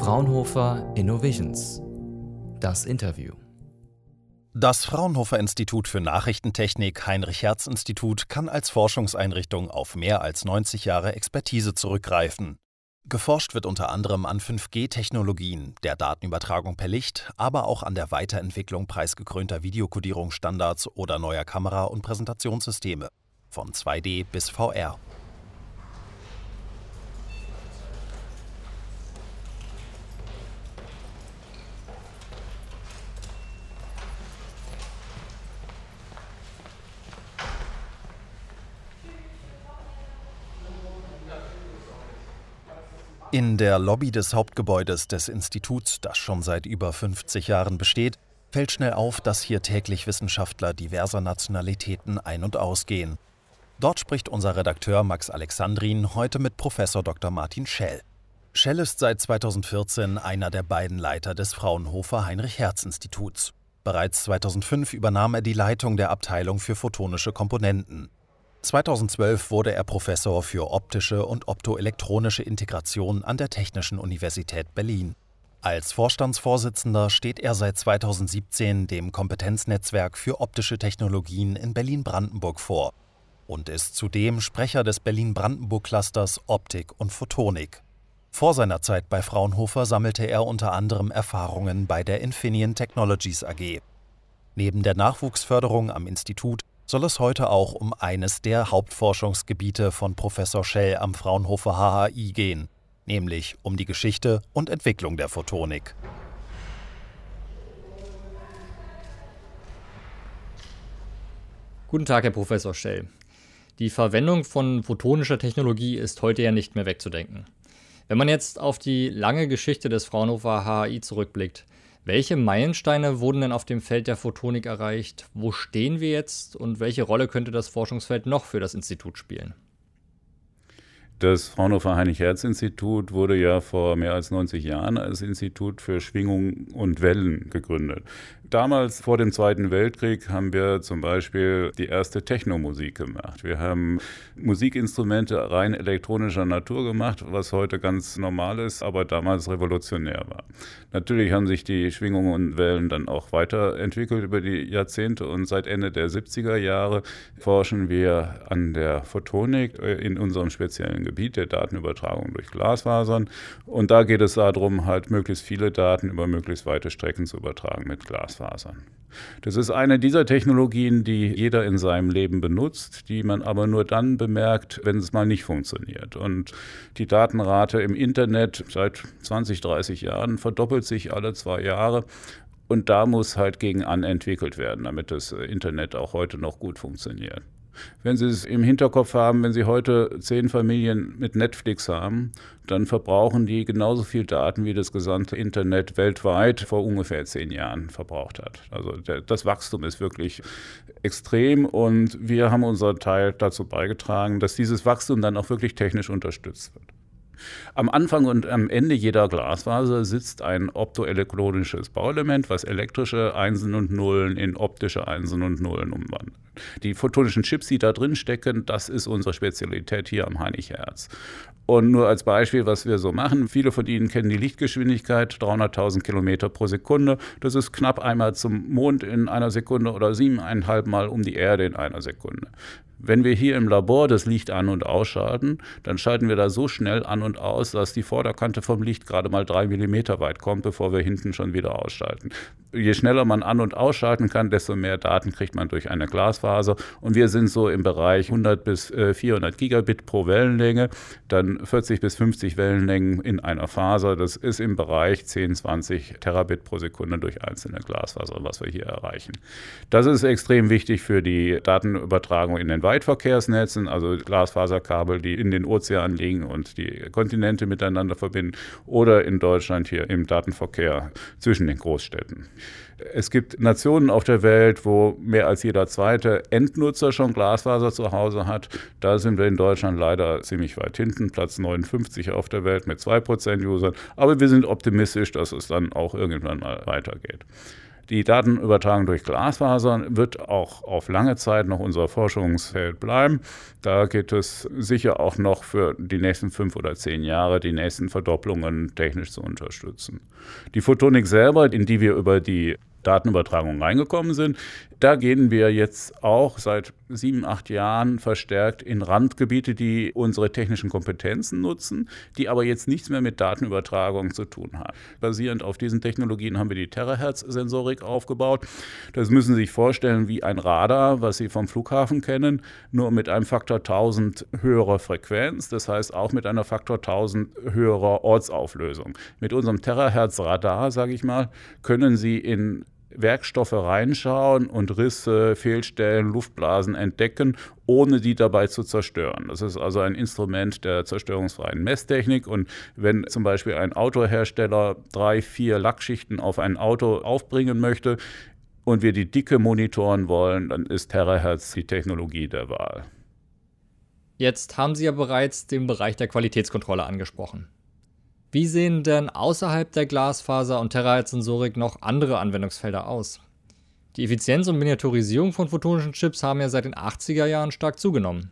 Fraunhofer Innovisions. Das Interview. Das Fraunhofer Institut für Nachrichtentechnik Heinrich-Hertz-Institut kann als Forschungseinrichtung auf mehr als 90 Jahre Expertise zurückgreifen. Geforscht wird unter anderem an 5G-Technologien, der Datenübertragung per Licht, aber auch an der Weiterentwicklung preisgekrönter Videokodierungsstandards oder neuer Kamera- und Präsentationssysteme, von 2D bis VR. In der Lobby des Hauptgebäudes des Instituts, das schon seit über 50 Jahren besteht, fällt schnell auf, dass hier täglich Wissenschaftler diverser Nationalitäten ein- und ausgehen. Dort spricht unser Redakteur Max Alexandrin heute mit Professor Dr. Martin Schell. Schell ist seit 2014 einer der beiden Leiter des Fraunhofer Heinrich-Hertz-Instituts. Bereits 2005 übernahm er die Leitung der Abteilung für photonische Komponenten. 2012 wurde er Professor für optische und optoelektronische Integration an der Technischen Universität Berlin. Als Vorstandsvorsitzender steht er seit 2017 dem Kompetenznetzwerk für optische Technologien in Berlin-Brandenburg vor und ist zudem Sprecher des Berlin-Brandenburg-Clusters Optik und Photonik. Vor seiner Zeit bei Fraunhofer sammelte er unter anderem Erfahrungen bei der Infineon Technologies AG. Neben der Nachwuchsförderung am Institut soll es heute auch um eines der Hauptforschungsgebiete von Professor Schell am Fraunhofer HHI gehen, nämlich um die Geschichte und Entwicklung der Photonik. Guten Tag, Herr Professor Schell. Die Verwendung von photonischer Technologie ist heute ja nicht mehr wegzudenken. Wenn man jetzt auf die lange Geschichte des Fraunhofer HHI zurückblickt, welche Meilensteine wurden denn auf dem Feld der Photonik erreicht? Wo stehen wir jetzt und welche Rolle könnte das Forschungsfeld noch für das Institut spielen? Das Fraunhofer Heinrich-Hertz-Institut wurde ja vor mehr als 90 Jahren als Institut für Schwingung und Wellen gegründet. Damals, vor dem Zweiten Weltkrieg, haben wir zum Beispiel die erste Technomusik gemacht. Wir haben Musikinstrumente rein elektronischer Natur gemacht, was heute ganz normal ist, aber damals revolutionär war. Natürlich haben sich die Schwingungen und Wellen dann auch weiterentwickelt über die Jahrzehnte und seit Ende der 70er Jahre forschen wir an der Photonik in unserem speziellen Gebiet der Datenübertragung durch Glasfasern. Und da geht es darum, halt möglichst viele Daten über möglichst weite Strecken zu übertragen mit Glasfasern. Das ist eine dieser Technologien, die jeder in seinem Leben benutzt, die man aber nur dann bemerkt, wenn es mal nicht funktioniert. Und die Datenrate im Internet seit 20, 30 Jahren verdoppelt sich alle 2 Jahre. Und da muss halt gegen an entwickelt werden, damit das Internet auch heute noch gut funktioniert. Wenn Sie es im Hinterkopf haben, wenn Sie heute 10 Familien mit Netflix haben, dann verbrauchen die genauso viel Daten, wie das gesamte Internet weltweit vor ungefähr 10 Jahren verbraucht hat. Also das Wachstum ist wirklich extrem und wir haben unseren Teil dazu beigetragen, dass dieses Wachstum dann auch wirklich technisch unterstützt wird. Am Anfang und am Ende jeder Glasfaser sitzt ein optoelektronisches Bauelement, was elektrische Einsen und Nullen in optische Einsen und Nullen umwandelt. Die photonischen Chips, die da drin stecken, das ist unsere Spezialität hier am Heinrich-Hertz. Und nur als Beispiel, was wir so machen, viele von Ihnen kennen die Lichtgeschwindigkeit, 300.000 Kilometer pro Sekunde. Das ist knapp einmal zum Mond in einer Sekunde oder 7,5 Mal um die Erde in einer Sekunde. Wenn wir hier im Labor das Licht an- und ausschalten, dann schalten wir da so schnell an und aus, dass die Vorderkante vom Licht gerade mal 3 Millimeter weit kommt, bevor wir hinten schon wieder ausschalten. Je schneller man an- und ausschalten kann, desto mehr Daten kriegt man durch eine Glasfaser. Und wir sind so im Bereich 100 bis 400 Gigabit pro Wellenlänge, dann 40 bis 50 Wellenlängen in einer Faser. Das ist im Bereich 10, 20 Terabit pro Sekunde durch einzelne Glasfaser, was wir hier erreichen. Das ist extrem wichtig für die Datenübertragung in den Weitverkehrsnetzen, also Glasfaserkabel, die in den Ozeanen liegen und die Kontinente miteinander verbinden, oder in Deutschland hier im Datenverkehr zwischen den Großstädten. Es gibt Nationen auf der Welt, wo mehr als jeder zweite Endnutzer schon Glasfaser zu Hause hat. Da sind wir in Deutschland leider ziemlich weit hinten, Platz 59 auf der Welt mit 2% Usern. Aber wir sind optimistisch, dass es dann auch irgendwann mal weitergeht. Die Datenübertragung durch Glasfasern wird auch auf lange Zeit noch unser Forschungsfeld bleiben. Da geht es sicher auch noch für die nächsten 5 oder 10 Jahre die nächsten Verdopplungen technisch zu unterstützen. Die Photonik selber, in die wir über die Datenübertragung reingekommen sind, da gehen wir jetzt auch seit 7, 8 Jahren verstärkt in Randgebiete, die unsere technischen Kompetenzen nutzen, die aber jetzt nichts mehr mit Datenübertragung zu tun haben. Basierend auf diesen Technologien haben wir die Terahertz-Sensorik aufgebaut. Das müssen Sie sich vorstellen wie ein Radar, was Sie vom Flughafen kennen, nur mit einem Faktor 1000 höherer Frequenz, das heißt auch mit einer Faktor 1000 höherer Ortsauflösung. Mit unserem Terahertz-Radar, sage ich mal, können Sie in Werkstoffe reinschauen und Risse, Fehlstellen, Luftblasen entdecken, ohne die dabei zu zerstören. Das ist also ein Instrument der zerstörungsfreien Messtechnik. Und wenn zum Beispiel ein Autohersteller 3, 4 Lackschichten auf ein Auto aufbringen möchte und wir die Dicke monitoren wollen, dann ist Terahertz die Technologie der Wahl. Jetzt haben Sie ja bereits den Bereich der Qualitätskontrolle angesprochen. Wie sehen denn außerhalb der Glasfaser- und Terahertz-Sensorik noch andere Anwendungsfelder aus? Die Effizienz und Miniaturisierung von photonischen Chips haben ja seit den 80er Jahren stark zugenommen.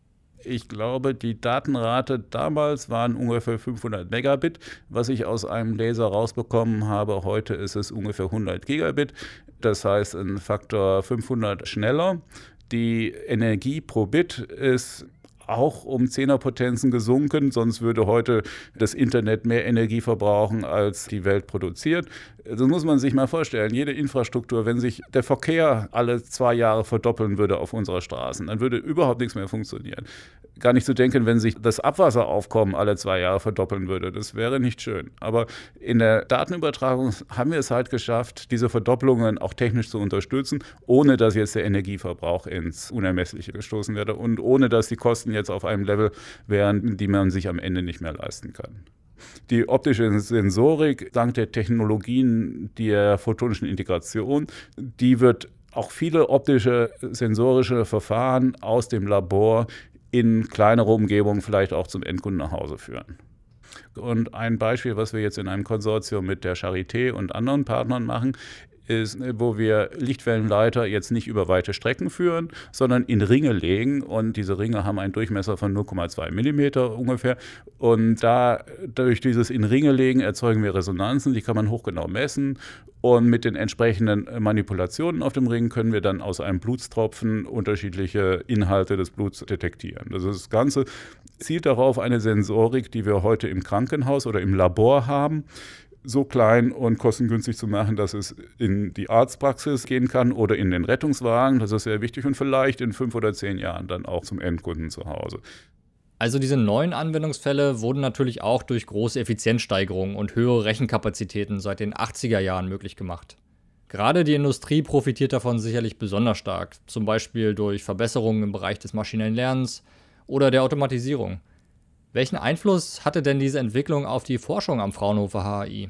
Ich glaube, die Datenrate damals waren ungefähr 500 Megabit. Was ich aus einem Laser rausbekommen habe, heute ist es ungefähr 100 Gigabit. Das heißt, ein Faktor 500 schneller. Die Energie pro Bit ist auch um 10er-Potenzen gesunken, sonst würde heute das Internet mehr Energie verbrauchen, als die Welt produziert. Das muss man sich mal vorstellen. Jede Infrastruktur, wenn sich der Verkehr alle 2 Jahre verdoppeln würde auf unserer Straßen, dann würde überhaupt nichts mehr funktionieren. Gar nicht zu denken, wenn sich das Abwasseraufkommen alle 2 Jahre verdoppeln würde. Das wäre nicht schön. Aber in der Datenübertragung haben wir es halt geschafft, diese Verdopplungen auch technisch zu unterstützen, ohne dass jetzt der Energieverbrauch ins Unermessliche gestoßen werde und ohne dass die Kosten jetzt auf einem Level wären, die man sich am Ende nicht mehr leisten kann. Die optische Sensorik, dank der Technologien der photonischen Integration, die wird auch viele optische, sensorische Verfahren aus dem Labor in kleinere Umgebungen vielleicht auch zum Endkunden nach Hause führen. Und ein Beispiel, was wir jetzt in einem Konsortium mit der Charité und anderen Partnern machen, ist, wo wir Lichtwellenleiter jetzt nicht über weite Strecken führen, sondern in Ringe legen. Und diese Ringe haben einen Durchmesser von 0,2 mm ungefähr. Und durch dieses in Ringe legen erzeugen wir Resonanzen, die kann man hochgenau messen. Und mit den entsprechenden Manipulationen auf dem Ring können wir dann aus einem Blutstropfen unterschiedliche Inhalte des Bluts detektieren. Das Ganze zielt darauf, eine Sensorik, die wir heute im Krankenhaus oder im Labor haben, so klein und kostengünstig zu machen, dass es in die Arztpraxis gehen kann oder in den Rettungswagen. Das ist sehr wichtig und vielleicht in 5 oder 10 Jahren dann auch zum Endkunden zu Hause. Also diese neuen Anwendungsfälle wurden natürlich auch durch große Effizienzsteigerungen und höhere Rechenkapazitäten seit den 80er Jahren möglich gemacht. Gerade die Industrie profitiert davon sicherlich besonders stark, zum Beispiel durch Verbesserungen im Bereich des maschinellen Lernens oder der Automatisierung. Welchen Einfluss hatte denn diese Entwicklung auf die Forschung am Fraunhofer HAI?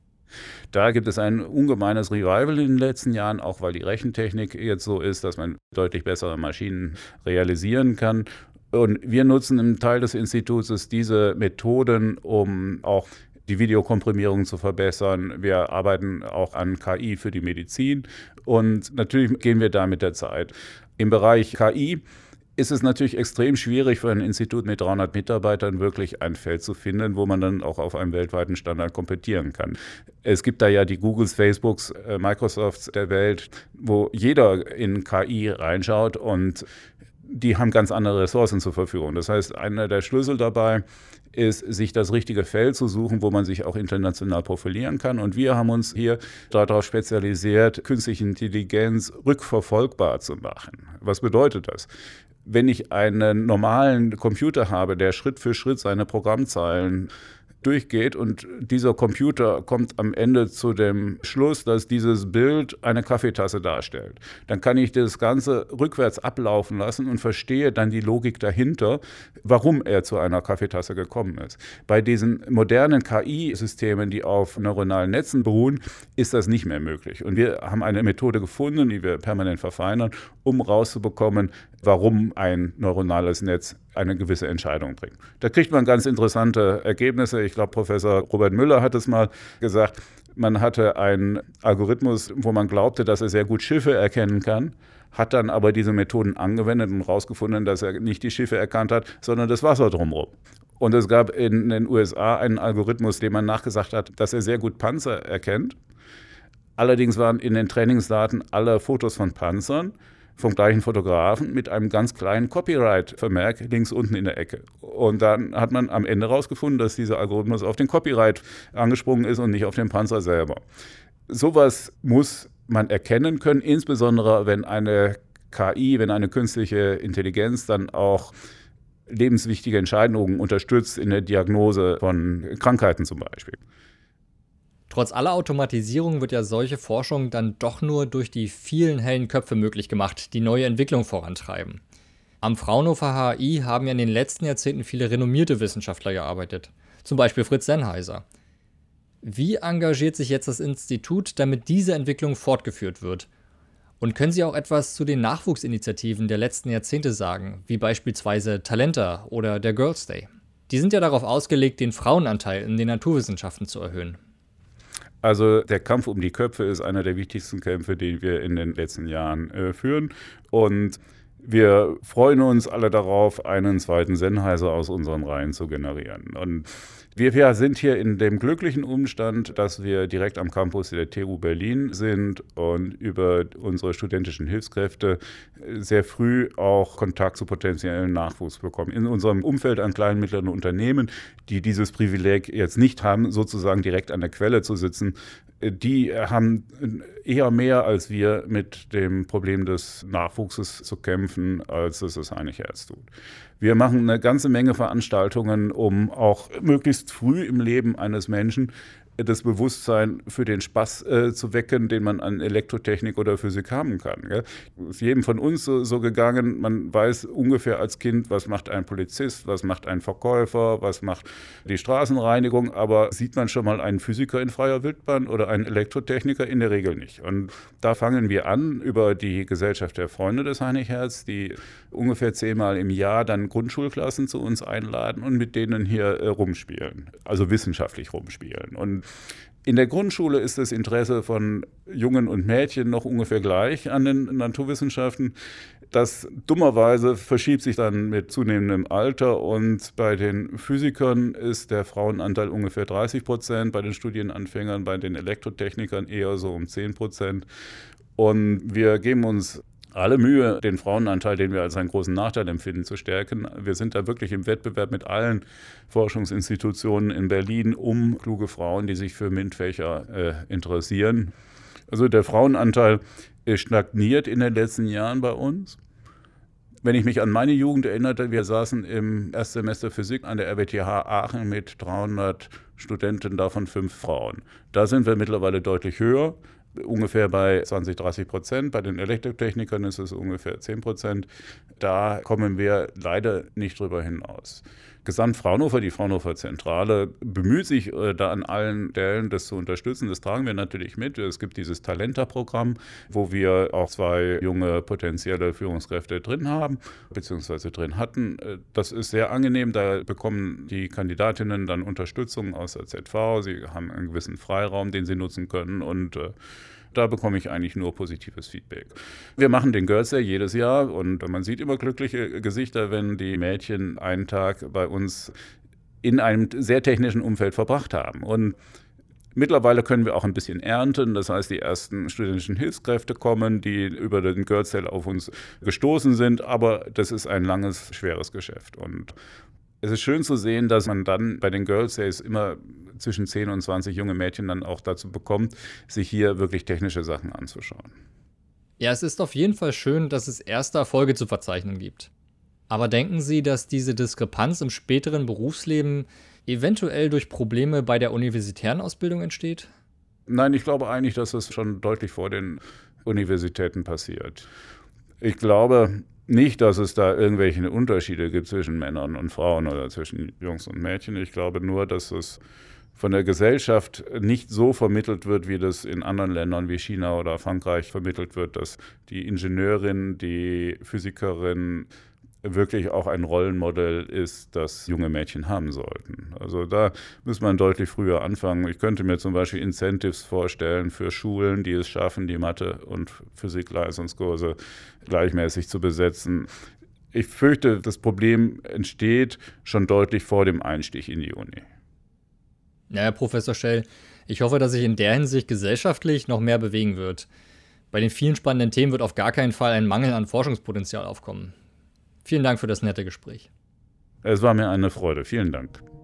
Da gibt es ein ungemeines Revival in den letzten Jahren, auch weil die Rechentechnik jetzt so ist, dass man deutlich bessere Maschinen realisieren kann. Und wir nutzen im Teil des Instituts diese Methoden, um auch die Videokomprimierung zu verbessern. Wir arbeiten auch an KI für die Medizin und natürlich gehen wir da mit der Zeit. Im Bereich KI ist es natürlich extrem schwierig für ein Institut mit 300 Mitarbeitern wirklich ein Feld zu finden, wo man dann auch auf einem weltweiten Standard kompetieren kann. Es gibt da ja die Googles, Facebooks, Microsofts der Welt, wo jeder in KI reinschaut und die haben ganz andere Ressourcen zur Verfügung. Das heißt, einer der Schlüssel dabei ist, sich das richtige Feld zu suchen, wo man sich auch international profilieren kann. Und wir haben uns hier darauf spezialisiert, künstliche Intelligenz rückverfolgbar zu machen. Was bedeutet das? Wenn ich einen normalen Computer habe, der Schritt für Schritt seine Programmzeilen durchgeht und dieser Computer kommt am Ende zu dem Schluss, dass dieses Bild eine Kaffeetasse darstellt, dann kann ich das Ganze rückwärts ablaufen lassen und verstehe dann die Logik dahinter, warum er zu einer Kaffeetasse gekommen ist. Bei diesen modernen KI-Systemen, die auf neuronalen Netzen beruhen, ist das nicht mehr möglich. Und wir haben eine Methode gefunden, die wir permanent verfeinern, um rauszubekommen, warum ein neuronales Netz eine gewisse Entscheidung bringt. Da kriegt man ganz interessante Ergebnisse. Ich glaube, Professor Robert Müller hat es mal gesagt, Man hatte einen Algorithmus, wo man glaubte, dass er sehr gut Schiffe erkennen kann, hat dann aber diese Methoden angewendet und herausgefunden, dass er nicht die Schiffe erkannt hat, sondern das Wasser drumherum. Und es gab in den USA einen Algorithmus, dem man nachgesagt hat, dass er sehr gut Panzer erkennt. Allerdings waren in den Trainingsdaten alle Fotos von Panzern vom gleichen Fotografen mit einem ganz kleinen Copyright-Vermerk links unten in der Ecke. Und dann hat man am Ende herausgefunden, dass dieser Algorithmus auf den Copyright angesprungen ist und nicht auf den Panzer selber. Sowas muss man erkennen können, insbesondere wenn eine KI, wenn eine künstliche Intelligenz dann auch lebenswichtige Entscheidungen unterstützt in der Diagnose von Krankheiten zum Beispiel. Trotz aller Automatisierung wird ja solche Forschung dann doch nur durch die vielen hellen Köpfe möglich gemacht, die neue Entwicklung vorantreiben. Am Fraunhofer HAI haben ja in den letzten Jahrzehnten viele renommierte Wissenschaftler gearbeitet, zum Beispiel Fritz Sennheiser. Wie engagiert sich jetzt das Institut, damit diese Entwicklung fortgeführt wird? Und können Sie auch etwas zu den Nachwuchsinitiativen der letzten Jahrzehnte sagen, wie beispielsweise Talenta oder der Girls' Day? Die sind ja darauf ausgelegt, den Frauenanteil in den Naturwissenschaften zu erhöhen. Also der Kampf um die Köpfe ist einer der wichtigsten Kämpfe, den wir in den letzten Jahren führen. Und wir freuen uns alle darauf, einen zweiten Sennheiser aus unseren Reihen zu generieren. Und wir sind hier in dem glücklichen Umstand, dass wir direkt am Campus der TU Berlin sind und über unsere studentischen Hilfskräfte sehr früh auch Kontakt zu potenziellen Nachwuchs bekommen. In unserem Umfeld an kleinen und mittleren Unternehmen, die dieses Privileg jetzt nicht haben, sozusagen direkt an der Quelle zu sitzen, die haben eher mehr als wir mit dem Problem des Nachwuchses zu kämpfen, als es das Heinrich Hertz tut. Wir machen eine ganze Menge Veranstaltungen, um auch möglichst früh im Leben eines Menschen das Bewusstsein für den Spaß zu wecken, den man an Elektrotechnik oder Physik haben kann. Gell? Ist jedem von uns so gegangen, man weiß ungefähr als Kind, was macht ein Polizist, was macht ein Verkäufer, was macht die Straßenreinigung, aber sieht man schon mal einen Physiker in freier Wildbahn oder einen Elektrotechniker? In der Regel nicht. Und da fangen wir an über die Gesellschaft der Freunde des Heinrich Hertz, die ungefähr 10-mal im Jahr dann Grundschulklassen zu uns einladen und mit denen hier rumspielen, also wissenschaftlich rumspielen. Und in der Grundschule ist das Interesse von Jungen und Mädchen noch ungefähr gleich an den Naturwissenschaften. Das dummerweise verschiebt sich dann mit zunehmendem Alter und bei den Physikern ist der Frauenanteil ungefähr 30%, bei den Studienanfängern, bei den Elektrotechnikern eher so um 10%. Und wir geben uns alle Mühe, den Frauenanteil, den wir als einen großen Nachteil empfinden, zu stärken. Wir sind da wirklich im Wettbewerb mit allen Forschungsinstitutionen in Berlin um kluge Frauen, die sich für MINT-Fächer interessieren. Also der Frauenanteil stagniert in den letzten Jahren bei uns. Wenn ich mich an meine Jugend erinnerte, wir saßen im Erstsemester Physik an der RWTH Aachen mit 300 Studenten, davon 5 Frauen. Da sind wir mittlerweile deutlich höher. Ungefähr bei 20-30%. Bei den Elektrotechnikern ist es ungefähr 10%. Da kommen wir leider nicht drüber hinaus. Gesamt Fraunhofer, die Fraunhofer Zentrale, bemüht sich da an allen Stellen, das zu unterstützen. Das tragen wir natürlich mit. Es gibt dieses Talenta-Programm, wo wir auch 2 junge potenzielle Führungskräfte drin haben, beziehungsweise drin hatten. Das ist sehr angenehm. Da bekommen die Kandidatinnen dann Unterstützung aus der ZV. Sie haben einen gewissen Freiraum, den sie nutzen können und da bekomme ich eigentlich nur positives Feedback. Wir machen den Girls Day jedes Jahr und man sieht immer glückliche Gesichter, wenn die Mädchen einen Tag bei uns in einem sehr technischen Umfeld verbracht haben. Und mittlerweile können wir auch ein bisschen ernten. Das heißt, die ersten studentischen Hilfskräfte kommen, die über den Girls Day auf uns gestoßen sind. Aber das ist ein langes, schweres Geschäft. Und es ist schön zu sehen, dass man dann bei den Girls Days immer zwischen 10 und 20 junge Mädchen dann auch dazu bekommt, sich hier wirklich technische Sachen anzuschauen. Ja, es ist auf jeden Fall schön, dass es erste Erfolge zu verzeichnen gibt. Aber denken Sie, dass diese Diskrepanz im späteren Berufsleben eventuell durch Probleme bei der universitären Ausbildung entsteht? Nein, ich glaube eigentlich, dass das schon deutlich vor den Universitäten passiert. Ich glaube nicht, dass es da irgendwelche Unterschiede gibt zwischen Männern und Frauen oder zwischen Jungs und Mädchen. Ich glaube nur, dass es von der Gesellschaft nicht so vermittelt wird, wie das in anderen Ländern wie China oder Frankreich vermittelt wird, dass die Ingenieurin, die Physikerin wirklich auch ein Rollenmodell ist, das junge Mädchen haben sollten. Also da muss man deutlich früher anfangen. Ich könnte mir zum Beispiel Incentives vorstellen für Schulen, die es schaffen, die Mathe- und Physik-Leistungskurse gleichmäßig zu besetzen. Ich fürchte, das Problem entsteht schon deutlich vor dem Einstieg in die Uni. Ja, Herr Professor Schell, ich hoffe, dass sich in der Hinsicht gesellschaftlich noch mehr bewegen wird. Bei den vielen spannenden Themen wird auf gar keinen Fall ein Mangel an Forschungspotenzial aufkommen. Vielen Dank für das nette Gespräch. Es war mir eine Freude. Vielen Dank.